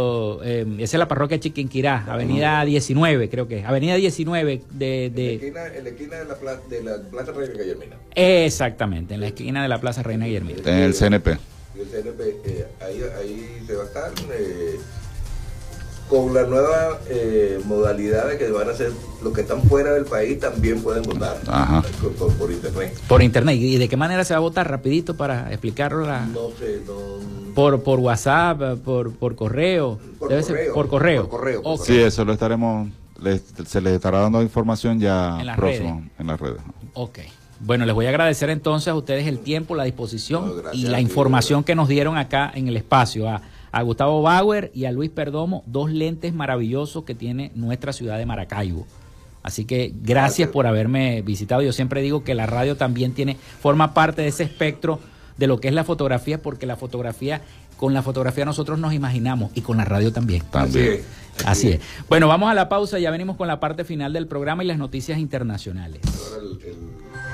eh, esa es la parroquia Chiquinquirá, avenida diecinueve, creo que es, avenida diecinueve de... de... En, la esquina, en la esquina de la, plaza, de la Plaza Reina Guillermina. Exactamente, en la esquina de la Plaza Reina Guillermina. En el C N P. El C N P, eh, ahí, ahí se va a estar, eh, con la nueva eh, modalidad de que van a ser los que están fuera del país también pueden votar. Ajá. Por, por, por internet. Por internet. ¿Y de qué manera se va a votar? Rapidito para explicarlo. La... No sé, no... Por, por WhatsApp, por, por correo. Por Debe correo. Ser por correo. Por correo. Por Okay. Sí, eso lo estaremos, les, se les estará dando información ya En las próximo redes. en las redes. Ok. Bueno, les voy a agradecer entonces a ustedes el tiempo, la disposición No, gracias y a la ti, información gracias. que nos dieron acá en el espacio. A, a Gustavo Bauer y a Luis Perdomo, dos lentes maravillosos que tiene nuestra ciudad de Maracaibo. Así que gracias, Gracias. por haberme visitado. Yo siempre digo que la radio también tiene, forma parte de ese espectro de lo que es la fotografía, porque la fotografía, con la fotografía nosotros nos imaginamos y con la radio también. También. Así es. Así es. Bueno, vamos a la pausa, ya venimos con la parte final del programa y las noticias internacionales. Ahora el- el-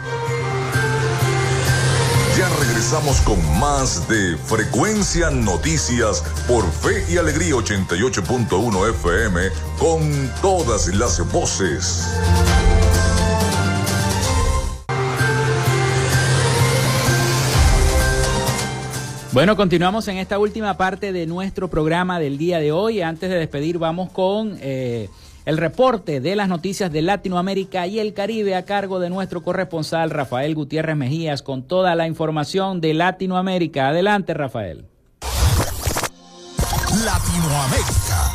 Ya regresamos con más de Frecuencia Noticias por Fe y Alegría ochenta y ocho punto uno F M con todas las voces. Bueno, continuamos en esta última parte de nuestro programa del día de hoy. Antes de despedir, vamos con eh, el reporte de las noticias de Latinoamérica y el Caribe a cargo de nuestro corresponsal Rafael Gutiérrez Mejías con toda la información de Latinoamérica. Adelante, Rafael. Latinoamérica.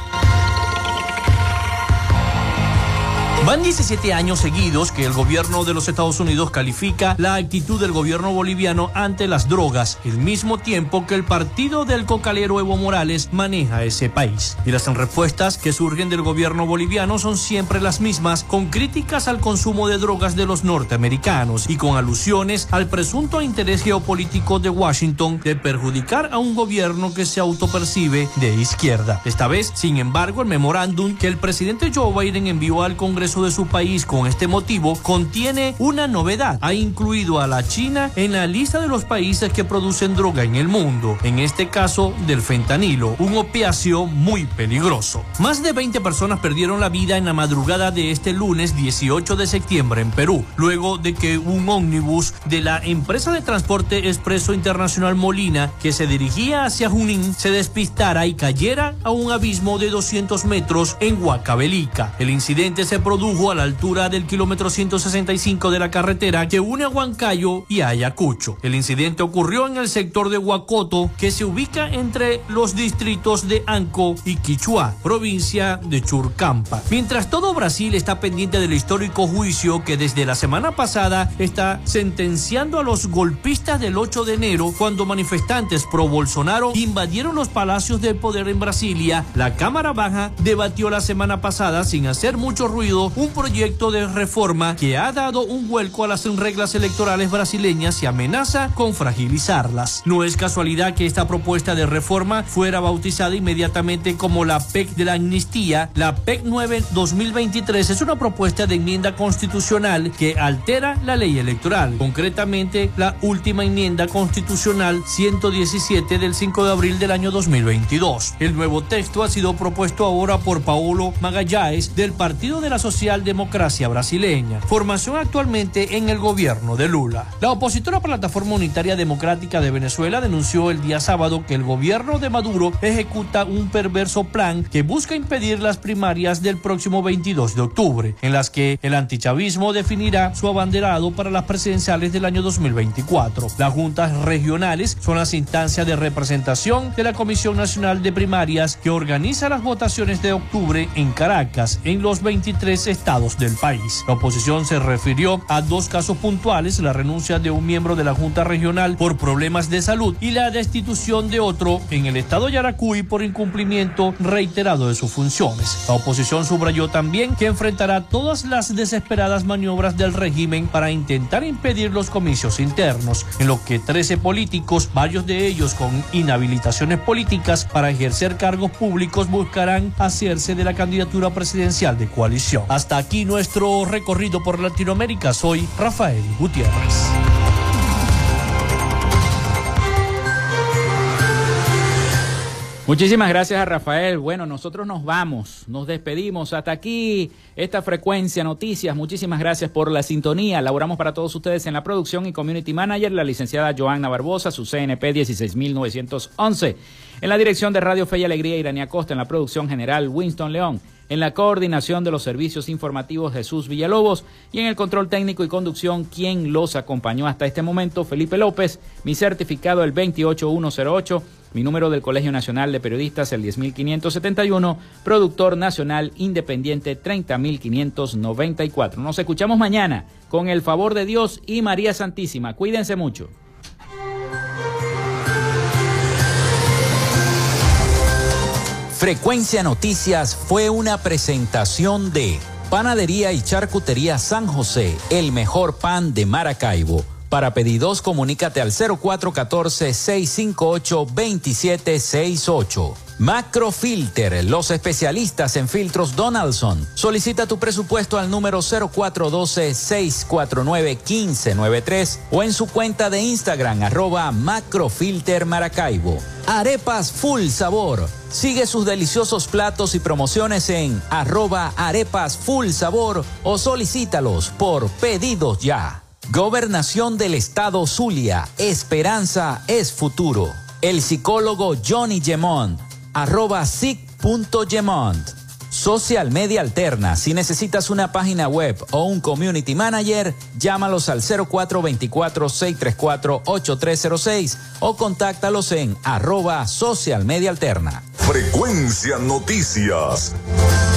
Van diecisiete años seguidos que el gobierno de los Estados Unidos califica la actitud del gobierno boliviano ante las drogas, al mismo tiempo que el partido del cocalero Evo Morales maneja ese país. Y las respuestas que surgen del gobierno boliviano son siempre las mismas, con críticas al consumo de drogas de los norteamericanos y con alusiones al presunto interés geopolítico de Washington de perjudicar a un gobierno que se autopercibe de izquierda. Esta vez, sin embargo, el memorándum que el presidente Joe Biden envió al Congreso de su país con este motivo contiene una novedad. Ha incluido a la China en la lista de los países que producen droga en el mundo, en este caso del fentanilo, un opiáceo muy peligroso. Más de veinte personas perdieron la vida en la madrugada de este lunes dieciocho de septiembre en Perú, luego de que un ómnibus de la empresa de transporte expreso internacional Molina, que se dirigía hacia Junín, se despistara y cayera a un abismo de doscientos metros en Huancavelica. El incidente se produjo a la altura del kilómetro ciento sesenta y cinco de la carretera que une a Huancayo y Ayacucho. El incidente ocurrió en el sector de Huacoto, que se ubica entre los distritos de Anco y Quichuá, provincia de Churcampa. Mientras todo Brasil está pendiente del histórico juicio que desde la semana pasada está sentenciando a los golpistas del ocho de enero, cuando manifestantes pro Bolsonaro invadieron los palacios del poder en Brasilia, la Cámara Baja debatió la semana pasada, sin hacer mucho ruido, un proyecto de reforma que ha dado un vuelco a las reglas electorales brasileñas y amenaza con fragilizarlas. No es casualidad que esta propuesta de reforma fuera bautizada inmediatamente como la P E C de la amnistía. La P E C nueve dos mil veintitrés es una propuesta de enmienda constitucional que altera la ley electoral, concretamente la última enmienda constitucional ciento diecisiete del cinco de abril del año dos mil veintidós. El nuevo texto ha sido propuesto ahora por Paulo Magalhães del Partido de la Socialdemocracia Brasileña, formación actualmente en el gobierno de Lula. La opositora Plataforma Unitaria Democrática de Venezuela denunció el día sábado que el gobierno de Maduro ejecuta un perverso plan que busca impedir las primarias del próximo veintidós de octubre, en las que el antichavismo definirá su abanderado para las presidenciales del año dos mil veinticuatro. Las juntas regionales son las instancias de representación de la Comisión Nacional de Primarias que organiza las votaciones de octubre en Caracas, en los veintitrés estados del país. La oposición se refirió a dos casos puntuales: la renuncia de un miembro de la Junta Regional por problemas de salud y la destitución de otro en el estado Yaracuy por incumplimiento reiterado de sus funciones. La oposición subrayó también que enfrentará todas las desesperadas maniobras del régimen para intentar impedir los comicios internos, en lo que trece políticos, varios de ellos con inhabilitaciones políticas para ejercer cargos públicos, buscarán hacerse de la candidatura presidencial de coalición. Hasta aquí nuestro recorrido por Latinoamérica. Soy Rafael Gutiérrez. Muchísimas gracias a Rafael. Bueno, nosotros nos vamos, nos despedimos. Hasta aquí esta Frecuencia Noticias. Muchísimas gracias por la sintonía. Laboramos para todos ustedes en la producción y Community Manager, la licenciada Joanna Barbosa, su C N P dieciséis mil novecientos once. En la dirección de Radio Fe y Alegría, Irania Costa. En la producción general, Winston León. En la coordinación de los servicios informativos, Jesús Villalobos. Y en el control técnico y conducción, quien los acompañó hasta este momento, Felipe López. Mi certificado, el veintiocho mil ciento ocho. Mi número del Colegio Nacional de Periodistas, el diez mil quinientos setenta y uno. Productor nacional independiente, treinta mil quinientos noventa y cuatro. Nos escuchamos mañana, con el favor de Dios y María Santísima. Cuídense mucho. Frecuencia Noticias fue una presentación de Panadería y Charcutería San José, el mejor pan de Maracaibo. Para pedidos, comunícate al cero cuatro uno cuatro, seis cinco ocho, dos siete seis ocho. Macrofilter, los especialistas en filtros Donaldson. Solicita tu presupuesto al número cero cuatro uno dos, seis cuatro nueve, uno cinco nueve tres o en su cuenta de Instagram, arroba Macrofilter Maracaibo. Arepas Full Sabor. Sigue sus deliciosos platos y promociones en arroba Arepas Full Sabor o solicítalos por Pedidos Ya. Gobernación del Estado Zulia. Esperanza es futuro. El psicólogo Johnny Gemont. Arroba sic.gemont. Social Media Alterna. Si necesitas una página web o un community manager, llámalos al cero cuatro dos cuatro, seis tres cuatro, ocho tres cero seis o contáctalos en arroba Social Media Alterna. Frecuencia Noticias.